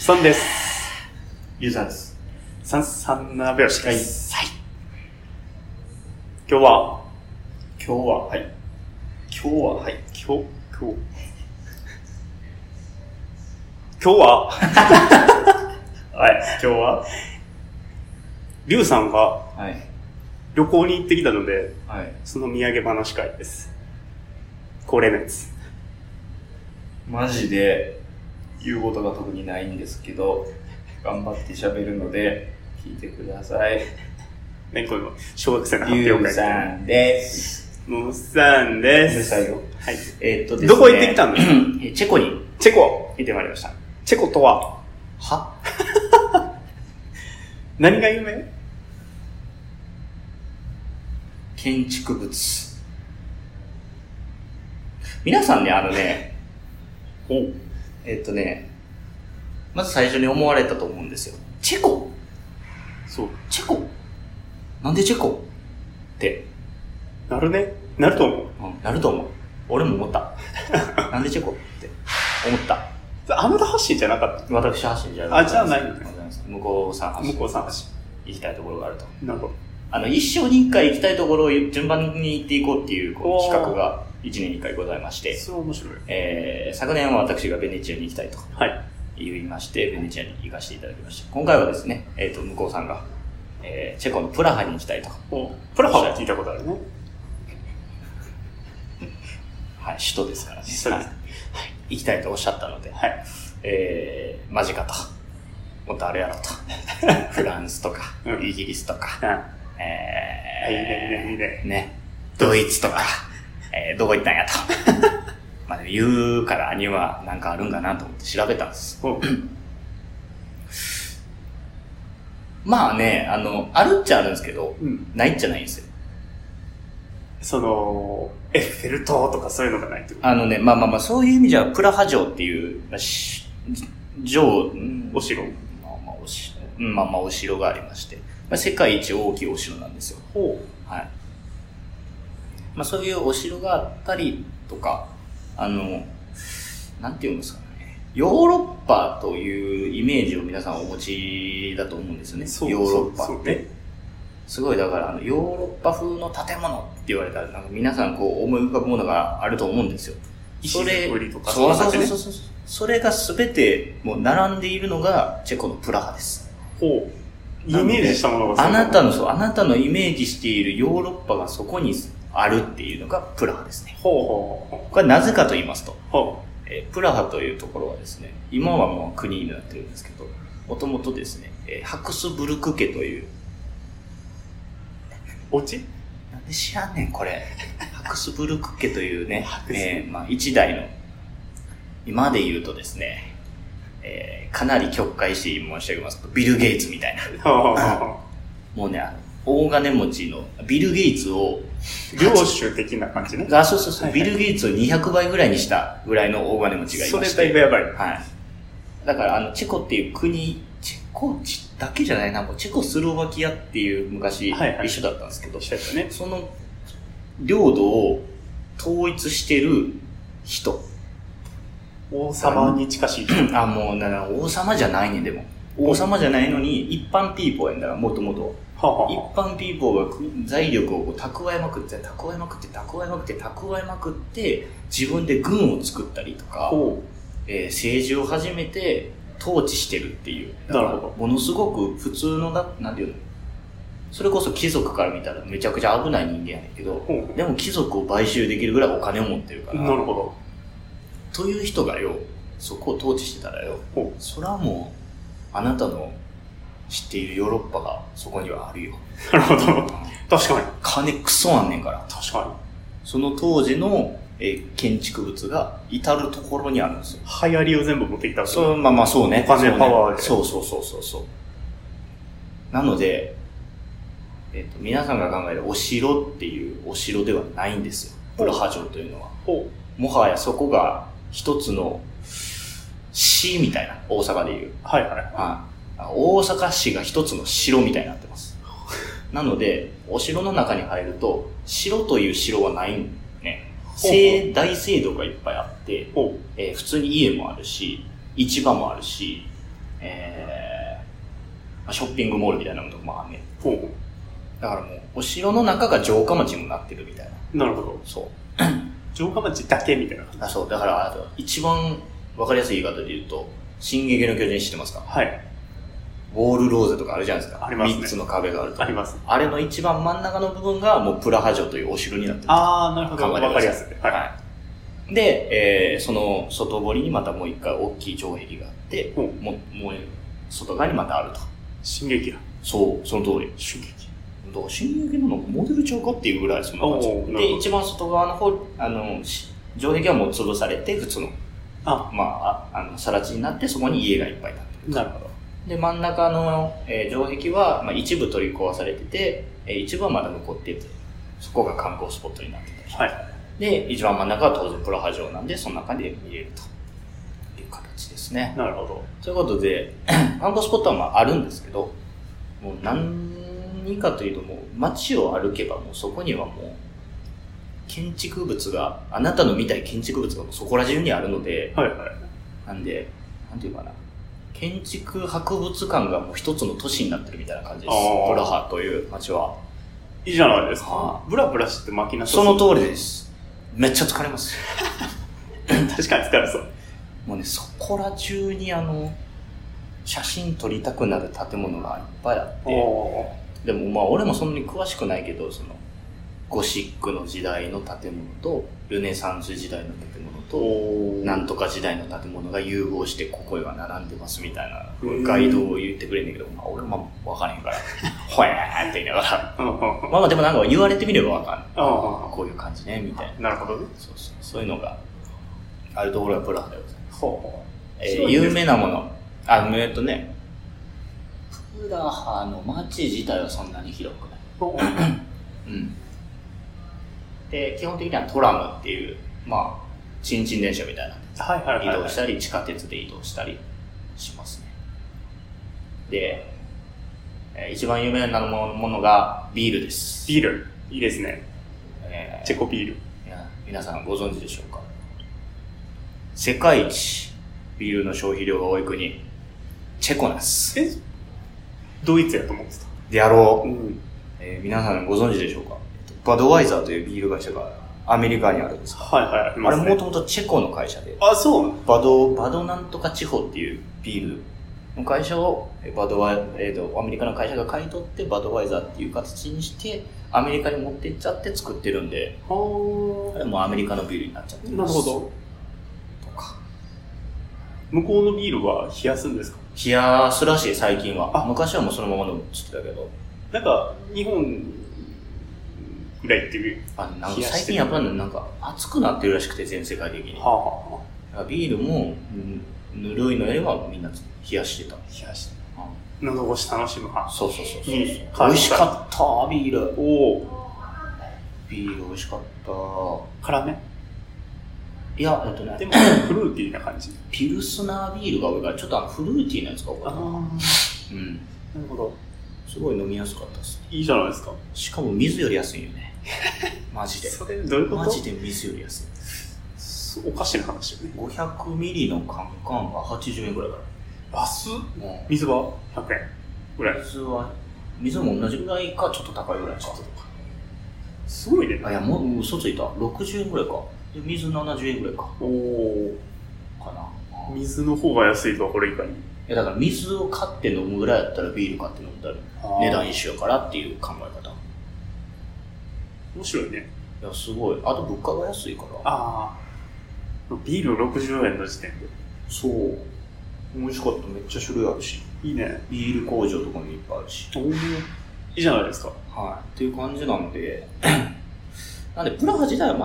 3です。 ゆうさんです。 3拍子です。はい。今日は、はい。今日は、りゅうさんが、 はい。 旅行に行ってきたので、 はい。 その土産話会です。恒例のやつ。 マジで、言うことが特にないんですけど、頑張って喋るので、聞いてください。 ね、この、小学生の発表会。 ゆうさんです。 むさんです。 うるさいよ。 はい。 ですね。 どこ行ってきたの？ チェコに。 チェコ行ってまいりました。チェコとは何が有名？ 建築物。皆さんね、まず最初に思われたと思うんですよ。チェコ？ そう。 チェコ？なんでチェコ？って。 なるね。なると思う。 なると思う。俺も思った。なんでチェコって思った。 あなた発信じゃなかった？ 私発信じゃなかった。 じゃあないのね。 向こうさん発信。 向こうさん発信。 行きたいところがあると。 なるほど。 一生に一回行きたいところを順番に行っていこうっていう企画が1年に1回ございまして。 それ面白い。 昨年は私がベネチアに行きたいと。 はい。 言いまして、ベネチアに行かせていただきました。今回はですね、向こうさんが、チェコのプラハに行きたいと。 プラハは聞いたことあるね。 はい、首都ですからね。 そうです。 はい。行きたいとおっしゃったので、 はい。 マジかと。もっとあれやろと。フランスとか、イギリスとか、 いいね。 ね。ドイツとか、どこ行ったんやと。まあ、言うからにはなんかあるんかなと思って調べたんです。まあね、あるっちゃあるんですけど、ないっちゃないんですよ。エッフェル塔とかそういうのがないってこと？まあ、そういう意味じゃ、プラハ城っていう、お城。お城がありまして、世界一大きいお城なんですよ。はい。まあ、そういうお城があったりとか、なんていうんですかね。ヨーロッパというイメージを皆さんお持ちだと思うんですよね。ヨーロッパって。すごい、だからヨーロッパ風の建物って言われたら、なんか皆さんこう思い浮かぶものがあると思うんですよ。 石造りとか。 そう。それがすべてもう並んでいるのがチェコのプラハです。 イメージしたものがあなたのイメージしているヨーロッパがそこにあるっていうのがプラハですね。これなぜかと言いますと、プラハというところはですね、今はもう国になってるんですけど、もともとですね、ハクスブルク家という、 おち？ なんで知らんねんこれ。ハクスブルク家というね、一代の、今で言うとですね、かなり曲解して申し上げますと、ビル・ゲイツみたいな。もうね、大金持ちの、ビル・ゲイツを、 領主的な感じね。 そう、ビル・ゲイツを200倍ぐらいにしたぐらいの大金持ちがいまして。 それだいぶやばい。 はい。だからチェコっていう国、チェコだけじゃないな、チェコスロバキアっていう昔、一緒だったんですけど、その領土を統一してる人。 王様に近しい。 王様じゃないねん、でも。王様じゃないのに、一般ピーポーやんだら、もともと。一般ピーポーが財力を蓄えまくって、自分で軍を作ったりとか、政治を始めて、統治してるっていう。 なるほど。 ものすごく普通の、なんていうの？それこそ貴族から見たらめちゃくちゃ危ない人間やねんけど、でも貴族を買収できるぐらいお金を持ってるから。 なるほど。 という人がよ、そこを統治してたらよ、それはもう、あなたの知っているヨーロッパがそこにはあるよ。 なるほど。確かに。 金クソあんねんから。 確かに。その当時の、建築物が至るところにあるんですよ。 流行りを全部持ってきた。 そうね。 お金パワーで。 そう。なので、皆さんが考えるお城っていうお城ではないんですよ。プラハ城というのは。もはやそこが一つの市みたいな、大阪でいう。大阪市が一つの城みたいになってます。なので、お城の中に入ると、城という城はないんね。大聖堂がいっぱいあって、普通に家もあるし、市場もあるし、 ショッピングモールみたいなのとかもあんねん。だからもう、お城の中が城下町にもなってるみたいな。 なるほど。 そう。 城下町だけみたいな感じ。 そう。だから、一番わかりやすい言い方で言うと、進撃の巨人知ってますか？ はい。 ウォールローゼとかあるじゃないですか。 ありますね。 3つの壁があると。 あります。 あれの一番真ん中の部分がもうプラハ城というお城になってる。 あー、なるほど。わかりやすい。 はい。で、その外堀にまたもう一回大きい城壁があって、もう外側にまたあると。 進撃や。 そう、その通り。 進撃。 だから進撃のモデルちゃうかっていうぐらいそんな感じ。で、一番外側の方、城壁はもう潰されて、普通の、更地になって、そこに家がいっぱい建ってる。 なるほど。 で、真ん中の、城壁は、一部取り壊されてて、一部はまだ残ってて、そこが観光スポットになってたり。 はい。 で、一番真ん中は当然プラハ城なんで、その中で見れるという形ですね。 なるほど。 ということで、観光スポットはあるんですけど、もう何かというともう街を歩けばもうそこにはもう建築物が、あなたの見たい建築物がもうそこら中にあるので、 はいはい。 なんで、なんていうかな、建築博物館がもう一つの都市になってるみたいな感じです。プラハという街は。 いいじゃないですか。ブラブラして巻きなさその通りです。めっちゃ疲れます。 確かに疲れそう。 もうね、そこら中に写真撮りたくなる建物がいっぱいあって、でも俺もそんなに詳しくないけど、そのゴシックの時代の建物とルネサンス時代の建物となんとか時代の建物が融合してここが並んでますみたいなガイドを言ってくれんねんけど、俺も分からへんからほやーって言いながらでもなんか言われてみれば分かんない。こういう感じねみたいな。 なるほどね。 そういうのがあるところがプラハでございます。有名なもの、プラハの街自体はそんなに広くない。で、基本的にはトラムっていう、チンチン電車みたいな。移動したり、地下鉄で移動したりしますね。で、一番有名なものがビールです。 ビール。いいですね。チェコビール。 皆さんご存知でしょうか？世界一ビールの消費量が多い国、チェコなんです。 ドイツやと思ってた。 であろう。皆さんご存知でしょうか？バドワイザーというビール会社がアメリカにあるんですか？ あれもともとチェコの会社で。 そう。 バドなんとか地方っていうビールの会社をアメリカの会社が買い取ってバドワイザーっていう形にしてアメリカに持って行っちゃって作ってるんで、あれもアメリカのビールになっちゃってます。 なるほど。とか。向こうのビールは冷やすんですか？ 冷やすらしい、最近は。昔はもうそのまま飲むって言ってたけど。 なんか、日本ぐらいっていう。 最近やっぱりなんか熱くなってるらしくて、全世界的に。ビールも、ぬるいのよりはみんな冷やしてた。 冷やして。喉越し楽しむ派。 そう。美味しかった、ビール。ビール美味しかった。 辛め？ いや、 でも、フルーティーな感じ。 ピルスナービールが多いから、ちょっとフルーティーなやつが多いかな。 なるほど。 すごい飲みやすかったです。 いいじゃないですか。 しかも水より安いよね。マジで。 それどういうこと？ マジで水より安い。おかしな話よね。 500ミリのカンカンが80円ぐらいから。 安っ。水は100円ぐらい。 水も同じぐらいか、ちょっと高いぐらいか。 すごいね。 いや、もう嘘ついた。60円ぐらいか。で、水70円ぐらいか。かな。 水の方が安いとはこれ以下に。 だから水を買って飲むぐらいだったらビール買って飲んだら値段一緒やからっていう考え方。 面白いね。 いや、すごい。あと物価が安いから。 ビール60円の時点で。 そう。美味しかった。めっちゃ種類あるし。 いいね。 ビール工場とかもいっぱいあるし。 いいじゃないですか。 っていう感じなので。なんで、プラハ自体は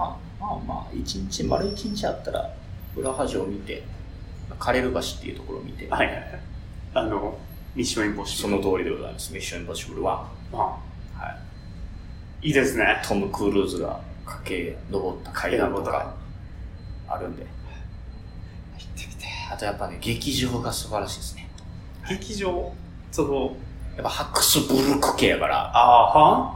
丸一日あったら、プラハ城を見て、カレル橋っていうところを見て。 ミッションインポッシブル。 その通りでございます。ミッションインポッシブルは。 いいですね。 トム・クルーズが駆け上った階段とかあるんで。行ってみて。あとやっぱね、劇場が素晴らしいですね。 劇場？やっぱハクスブルク系やから。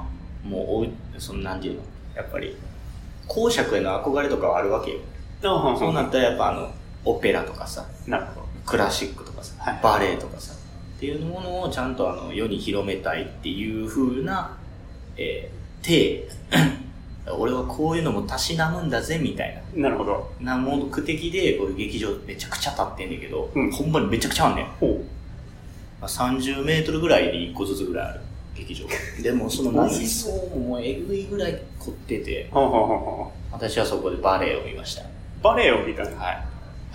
もう、なんていうの？やっぱり、公爵への憧れとかはあるわけよ。そうなったらやっぱオペラとかさ。 なるほど。 クラシックとかさ、バレエとかさ、っていうものをちゃんと世に広めたいっていう風な、俺はこういうのもたしなむんだぜみたいな。なるほど。 な目的で、こういう劇場めちゃくちゃ立ってんねんけど、ほんまにめちゃくちゃあんねん。30メートルぐらいに1個ずつぐらいある劇場。でもその内装もえぐいぐらい凝ってて、私はそこでバレエを見ました。 バレエを見たね。 はい。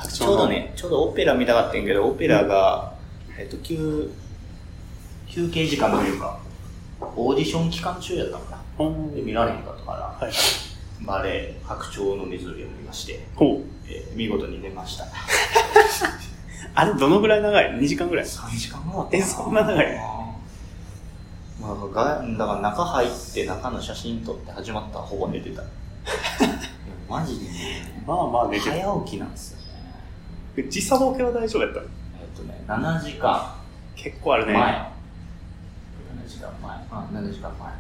ちょうどオペラ見たかったんやけど、オペラが、休憩時間というか、オーディション期間中やったのかな。で見られへんかったから、バレエ、白鳥の湖を見まして、見事に出ました。 あれ、どのぐらい長い ?2 時間ぐらい ?3 時間ぐらい。 そんな長い？ だから中入って中の写真撮って始まったらほぼ寝てた。マジでね。 まあまあ寝てた。 早起きなんですよね。 時差ボケは大丈夫やったの ？7時間。 結構あるね。 7時間前。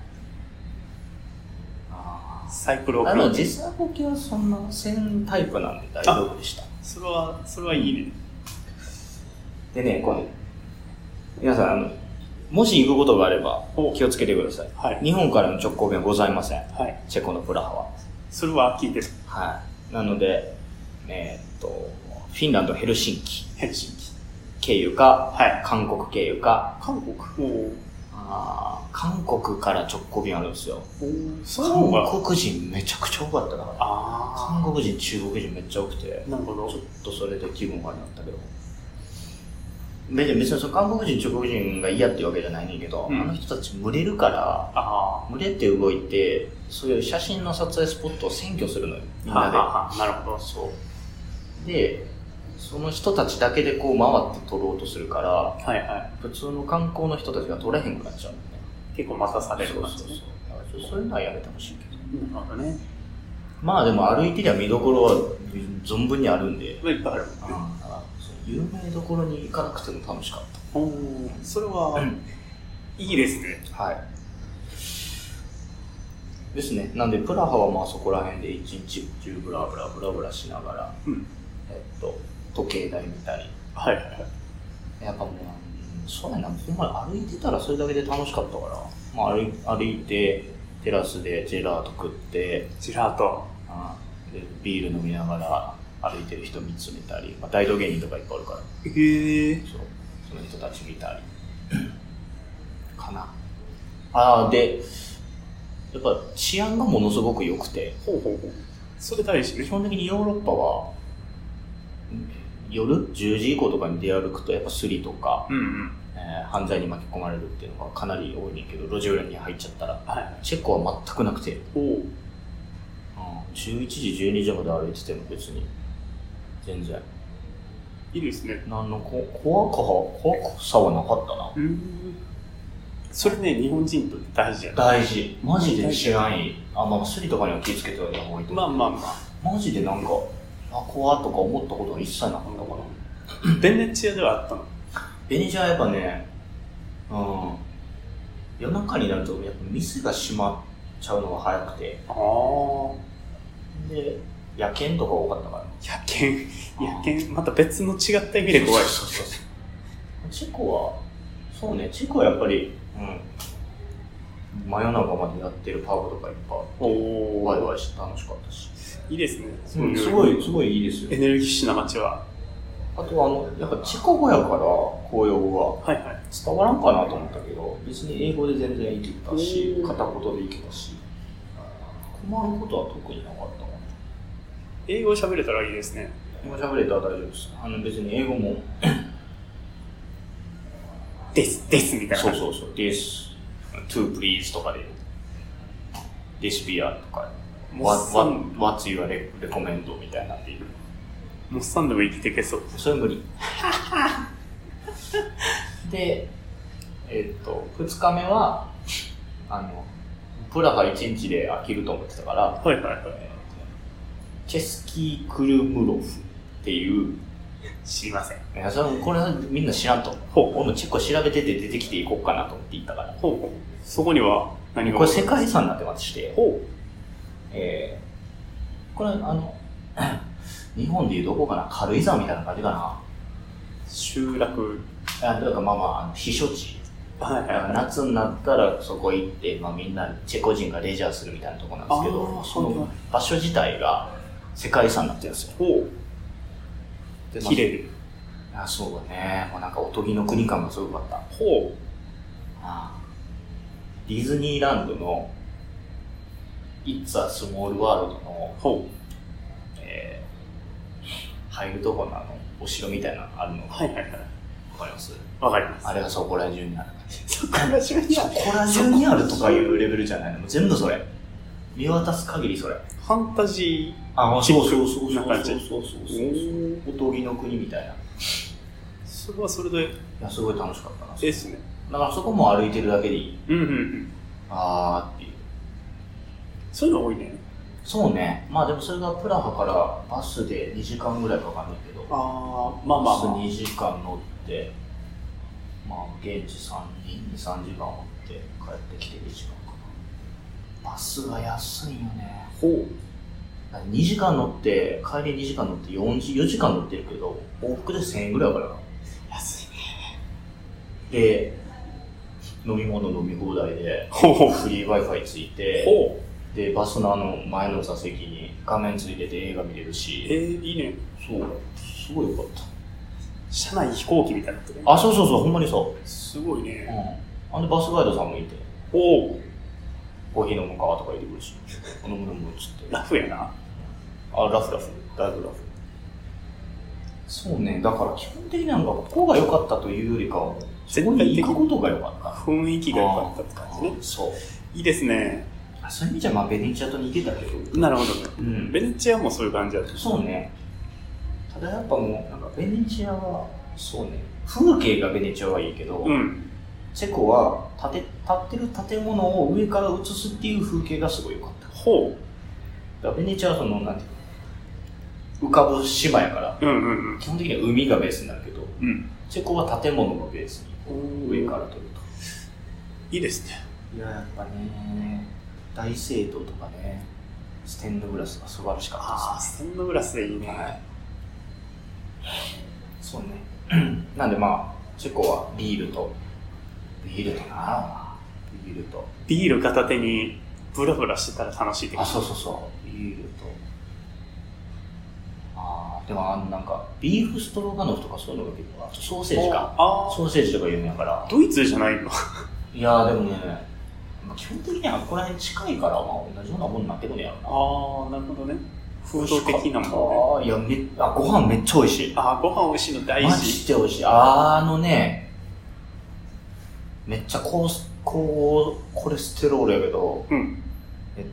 サイクルオフ。 時差ボケはそんなせんタイプなんで大丈夫でした。 それはいいね。 でね、これ、皆さん、もし行くことがあれば気をつけてください。日本からの直行便はございません。チェコのプラハは。 それは聞いてる。 なので、フィンランドヘルシンキ経由か、韓国経由か。 韓国から直行便あるんですよ。韓国人めちゃくちゃ多かったから。韓国人、中国人めっちゃ多くて。 なるほど。 ちょっとそれで気分悪くなったけど。別にその韓国人、中国人が嫌っていうわけじゃないねんけど、あの人たち群れるから、群れて動いて、そういう写真の撮影スポットを占拠するのよ、みんなで。 なるほど。 そう。で、その人たちだけでこう回って撮ろうとするから、普通の観光の人たちが撮れへんくなっちゃうんだよね。 結構待たされる感じ。 そういうのはやめてほしいけど。なるほどね。 まあでも歩いてりゃ見どころは存分にあるんで。 いっぱいある。 有名どころに行かなくても楽しかった。 それは、いいですね。 ですね。なんで、プラハはまあそこら辺で一日中ブラブラしながら、時計台見たり。やっぱもう、そうやな、ほんまに歩いてたらそれだけで楽しかったから、まあ歩いて、テラスでジェラート食って、でビール飲みながら歩いてる人見つめたり、大道芸人とかいっぱいあるから、その人たち見たり、かな。で、やっぱ治安がものすごく良くて、 それ大事ね。 基本的にヨーロッパは、夜10時以降とかに出歩くとやっぱスリとか、犯罪に巻き込まれるっていうのがかなり多いねんけど、路地裏に入っちゃったら、チェコは全くなくて、11時12時まで歩いてても別に全然いいですね。 何の怖さはなかったな。 それね、日本人と大事やな。 大事。マジで知らんい。スリとかには気をつけておいた方がいいと思う。マジでなんか怖とか思ったことが一切なかったかな。 ベネチアではあったの？ ベネチアはやっぱね、夜中になるとやっぱ店が閉まっちゃうのが早くて。で、野犬とか多かったから。 野犬、また別の違った意味で怖い。 チェコは、そうね、チェコはやっぱり、真夜中までやってるパブとかいっぱいあって、ワイワイして楽しかったし。 いいですね。 すごいいいですよ。 エネルギッシュな街は。 あとやっぱチェコ語やから、公用語が伝わらんかなと思ったけど、別に英語で全然いけたし、片言でいけたし、困ることは特になかったかな。 英語喋れたらいいですね。 英語喋れたら大丈夫です。別に英語もですみたいな。 そう。this, to please とかで、this beer とか、what's your recommend みたいなっていう。 モッサンでも生きていけそう。 それ無理。で、2日目は、プラハ1日で飽きると思ってたから、チェスキー・クルムロフっていう、 知りません。 いや、これはみんな知らんと。俺もチェコ調べてて出てきていこうかなと思って行ったから。 そこには何が？ これ世界遺産になってまして、これ日本でいうどこかな、軽井沢みたいな感じかな。 集落。 だからまあまあ、避暑地。夏になったらそこ行って、まあみんな、チェコ人がレジャーするみたいなとこなんですけど、その場所自体が世界遺産になってるんですよ。 綺麗。 そうだね。もうなんかおとぎの国感がすごかった。ディズニーランドの It's a Small World の入るとこのお城みたいなのあるのが、わかります？ わかります。 あれがそこら中にある。 そこら中にある。 そこら中にあるとかいうレベルじゃないの。もう全部それ。見渡す限りそれ。 ファンタジー。そう。おとぎの国みたいな。 それはそれで。 いや、すごい楽しかったな。 ですね。 だからそこも歩いてるだけでいい。っていう。 そういうの多いね。 そうね。まあでもそれがプラハからバスで2時間ぐらいかかんないけど。バス2時間乗って、まあ現地2、3時間乗って帰ってきて2時間かな。バスが安いよね。2時間乗って、帰り2時間乗って4時間乗ってるけど、往復で1000円ぐらいからな。 安いね。 で、飲み物飲み放題で、フリー Wi-Fi ついて、で、バスの前の座席に画面ついてて映画見れるし。 いいね。 そう。すごいよかった。 車内飛行機みたいなことね。 そう、ほんまにそう。 すごいね。 で、バスガイドさんもいて。コーヒー飲むかとか言ってくるし。飲むっつって。 ラフやな。 ラフ。だいぶラフ。そうね。だから基本的になんかここが良かったというよりかは、 全体的に行くことが良かった。 雰囲気が良かったって感じね。 そう。 いいですね。 そういう意味じゃまあベネチアと似てたけど。 なるほどね。ベネチアもそういう感じだった。 そうね。ただやっぱもう、なんかベネチアは、そうね。風景がベネチアはいいけど、チェコは建ってる建物を上から映すっていう風景がすごい良かった。だからベネチアはなんていうの、浮かぶ島やから、基本的には海がベースになるけど、チェコは建物のベースに上から撮ると。 いいですね。 いや、やっぱね、大聖堂とかね、ステンドグラスが素晴らしかったですね。 ステンドグラスでいいね。 そうね。なんでまあ、チェコはビールとビール片手にブラブラしてたら楽しいって感じ。 そう。ビールと。でもなんか、ビーフストロガノフとかそういうのが結構、あとソーセージか。ソーセージとか有名やから。 ドイツじゃないの？ いやでもね、基本的にはここら辺近いから、まあ同じようなもんになってくるんやろな。 なるほどね。風土的なもんね。 いや、ご飯めっちゃ美味しい。 ご飯美味しいの大事。 マジで美味しい。めっちゃコレステロールやけど、なんだっ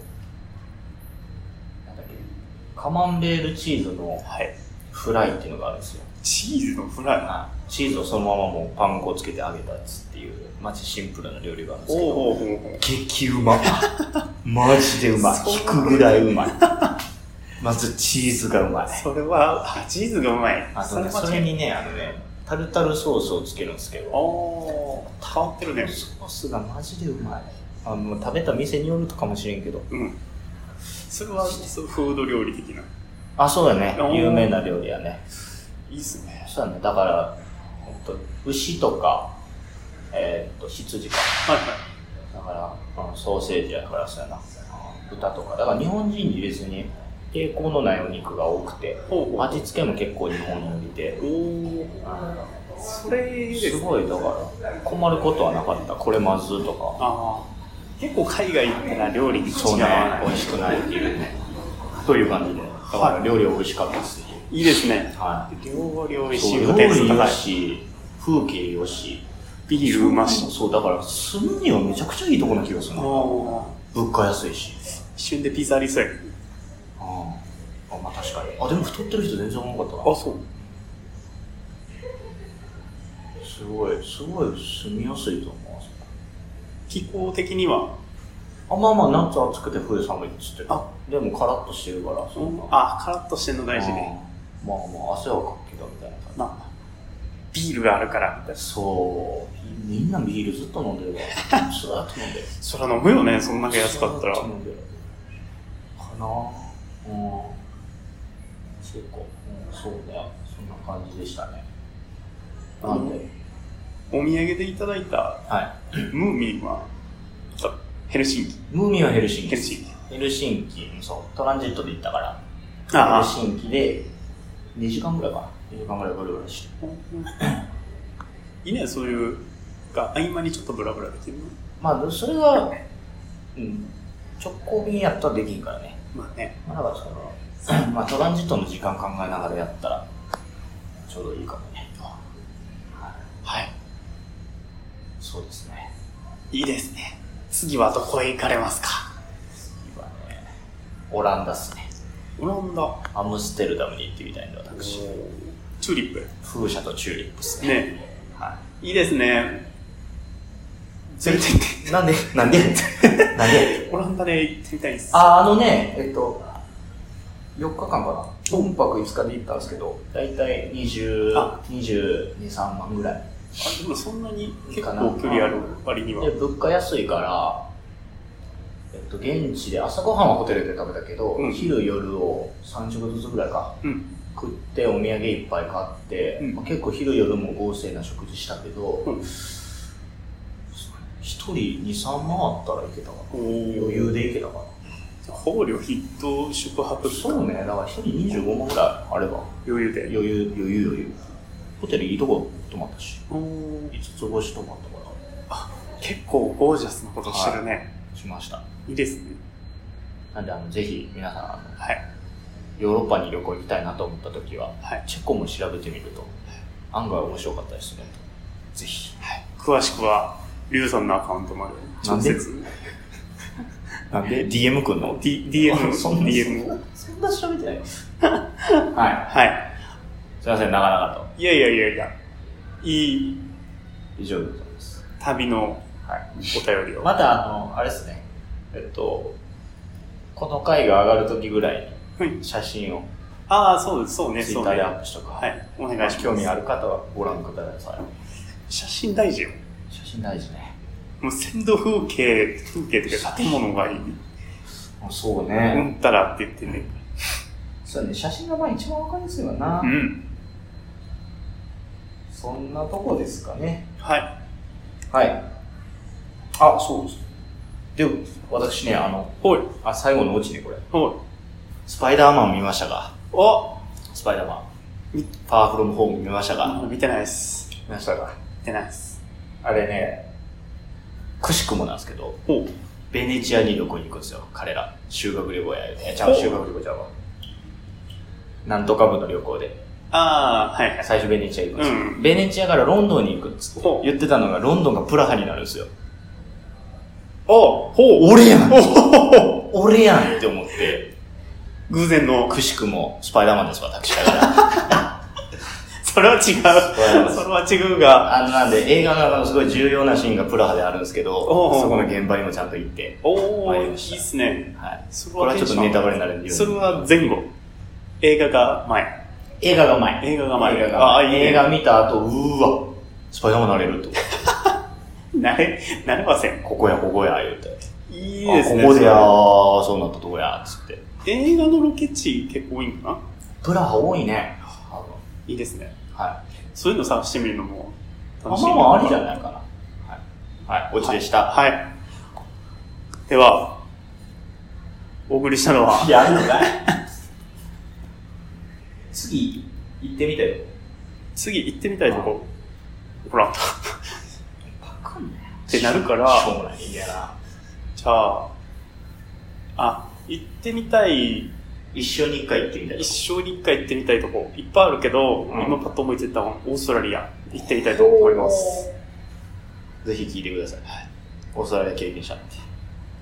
け、カマンベールチーズのフライっていうのがあるんですよ。 チーズのフライ？ チーズをそのままもうパン粉つけて揚げたやつっていう、マジシンプルな料理があるんですけど、激うま。マジでうまい。引くぐらいうまい。まずチーズがうまい。 それは、チーズがうまい。 それにね、タルタルソースをつけるんですけど。 変わってるね。 ソースがマジでうまい。もう食べた店によるとかもしれんけど。 それはフード料理的な。 そうだね。有名な料理やね。 いいっすね。 そうだね。だから、牛とか、羊か。だから、ソーセージやからそうやな。豚とか。だから日本人に別に抵抗のないお肉が多くて、味付けも結構日本に似て。 それですね。 すごい、だから困ることはなかった。これまずとか。 結構海外行ったら料理に違わない。美味しくないっていうね。という感じで。だから料理は美味しかったですね。 いいですね。料理美味しい。料理よし、風景よし、 ビールうまし。 そう、だから住むにはめちゃくちゃいいところな気がするな。物価安いし。 一瞬でピザありそうやけど。 まあ確かに。でも太ってる人全然多かったな。 そう。 すごい住みやすいと思う。 気候的にはまあ夏暑くて冬寒いっつってる。でもカラッとしてるから。 カラッとしてるの大事ね。 まあ汗はかくけどみたいな感じ。ビールがあるからみたいな。 そう。みんなビールずっと飲んでるわ。ずっと飲んでる。 そりゃ飲むよね、そんだけ安かったら。 ずっと飲んでる。かな結構、そうね。そんな感じでしたね。 なんでお土産でいただいた、 はい。 ムーミンは、ヘルシンキ。 ムーミンはヘルシンキ。 ヘルシンキ。 ヘルシンキ、そう、トランジットで行ったから、 ああヘルシンキで2時間ぐらいかな。2時間ぐらいブラブラして。 いいね、そういう合間にちょっとブラブラできるの。 まあ、それが、直行便やったらできんからね。 まあね。 まあ、だからその、まあ、トランジットの時間考えながらやったら、ちょうどいいかもね。 はい。 そうですね。 いいですね。次はどこへ行かれますか？ 次はね、オランダっすね。 オランダ。 アムステルダムに行ってみたいんで、私。 チューリップ。 風車とチューリップですね。 ね。 はい。 いいですね。連れて行って。 なんでオランダで行ってみたいです。 4日間かな。4泊5日で行ったんですけど、だいたい22、3万ぐらい。 でもそんなに結構距離ある割には。 で、物価安いから、現地で朝ごはんはホテルで食べたけど、昼夜を3食ずつぐらいか、食ってお土産いっぱい買って、結構昼夜も豪勢な食事したけど、一人2、3万あったらいけたかな。余裕でいけたかな。 ほぼ旅費と宿泊。 そうね、だから一人25万ぐらいあれば。 余裕で。 余裕。ホテルいいとこ泊まったし。5つ星泊まったから。 あ、結構ゴージャスなことしてるね。 しました。 いいですね。 なんでぜひ皆さんはい、 ヨーロッパに旅行行きたいなと思った時は、チェコも調べてみると案外面白かったですね。ぜひ。 詳しくはリュウさんのアカウントまで直接。 なんで DM くんの ?DM そんな調べてない。 はい。 すいません、長々と。 いや。以上でございます。 旅のお便りを。 またあれですね。この回が上がる時ぐらいに写真を。 そうね。 ツイッターでアップしとく。 はい。お願いします。 興味ある方はご覧ください。 写真大事よ。 写真大事ね。 もう鮮度風景っていうか建物がいい。 そうね。 うんたらって言ってね。 そうね、写真が一番わかりやすいわな。そんなとこですかね。 はい。 あ、そうです。で、私ね、最後のオチね、これ。スパイダーマン見ましたか？スパイダーマン。パワーフロムホーム見ましたか？ 見てないです。 見ましたか？ 見てないです。 あれね、くしくもなんですけど、ベネチアに旅行に行くんですよ、彼ら。修学旅行やる。修学旅行ちゃうわ。なんとか部の旅行で。最初ベネチア行くんですよ。ベネチアからロンドンに行くっつって言ってたのが、ロンドンがプラハになるんですよ。俺やんって思って。 偶然の。 くしくも、スパイダーマンです、私だから。 それは違う。それは違うが。 なんで、映画の中のすごい重要なシーンがプラハであるんですけど、そこの現場にもちゃんと行って、参りました。 いいっすね。 これはちょっとネタバレになるんで。 それは前後。映画が前。 映画見た後、スパイダーマンなれると。 なれません。 ここや、言うて。 いいですね。 ここでそうなったとこや、つって。 映画のロケ地結構多いんかな？ プラハ多いね。 いいですね。 そういうの探してみるのも楽しい。ありじゃないかな。オチでした。 では、お送りしたのは。 やるのかい？次、行ってみたよ。 次、行ってみたいとこ。ほら。 わかんない。 ってなるから。 しょうもない人間な。 じゃあ、行ってみたい。 一生に一回行ってみたい。 一生に一回行ってみたいとこ。いっぱいあるけど、今パッと思いついたのはオーストラリア。行ってみたいと思います。 ぜひ聞いてください。オーストラリア経験者って。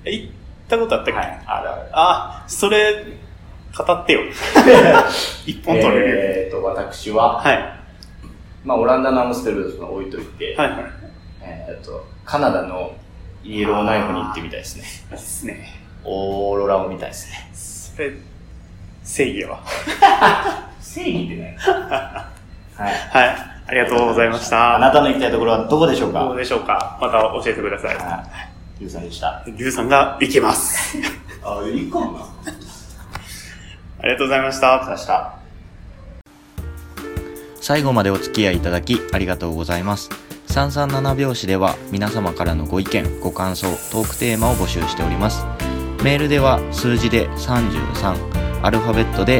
行ったことあったっけ？それ、語ってよ。一本取れる。 私は、オランダのアムステルダムは置いといて、カナダのイエローナイフに行ってみたいですね。 ですね。 オーロラを見たいですね。 それ、正義やわ。 正義ってね。 ありがとうございました。 あなたの行きたいところはどこでしょうか？ どこでしょうか？また教えてください。 リュウさんでした。 リュウさんが行けます。 いいかな。 ありがとうございました。 最後までお付き合いいただきありがとうございます。337拍子では皆様からのご意見、ご感想、トークテーマを募集しております。メールでは数字で33、アルファベットで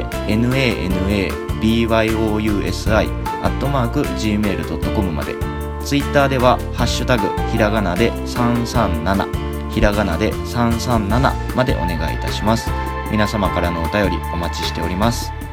nanabyousi@gmail.com まで。ツイッターではハッシュタグひらがなで337、ひらがなで337までお願いいたします。皆様からのお便りお待ちしております。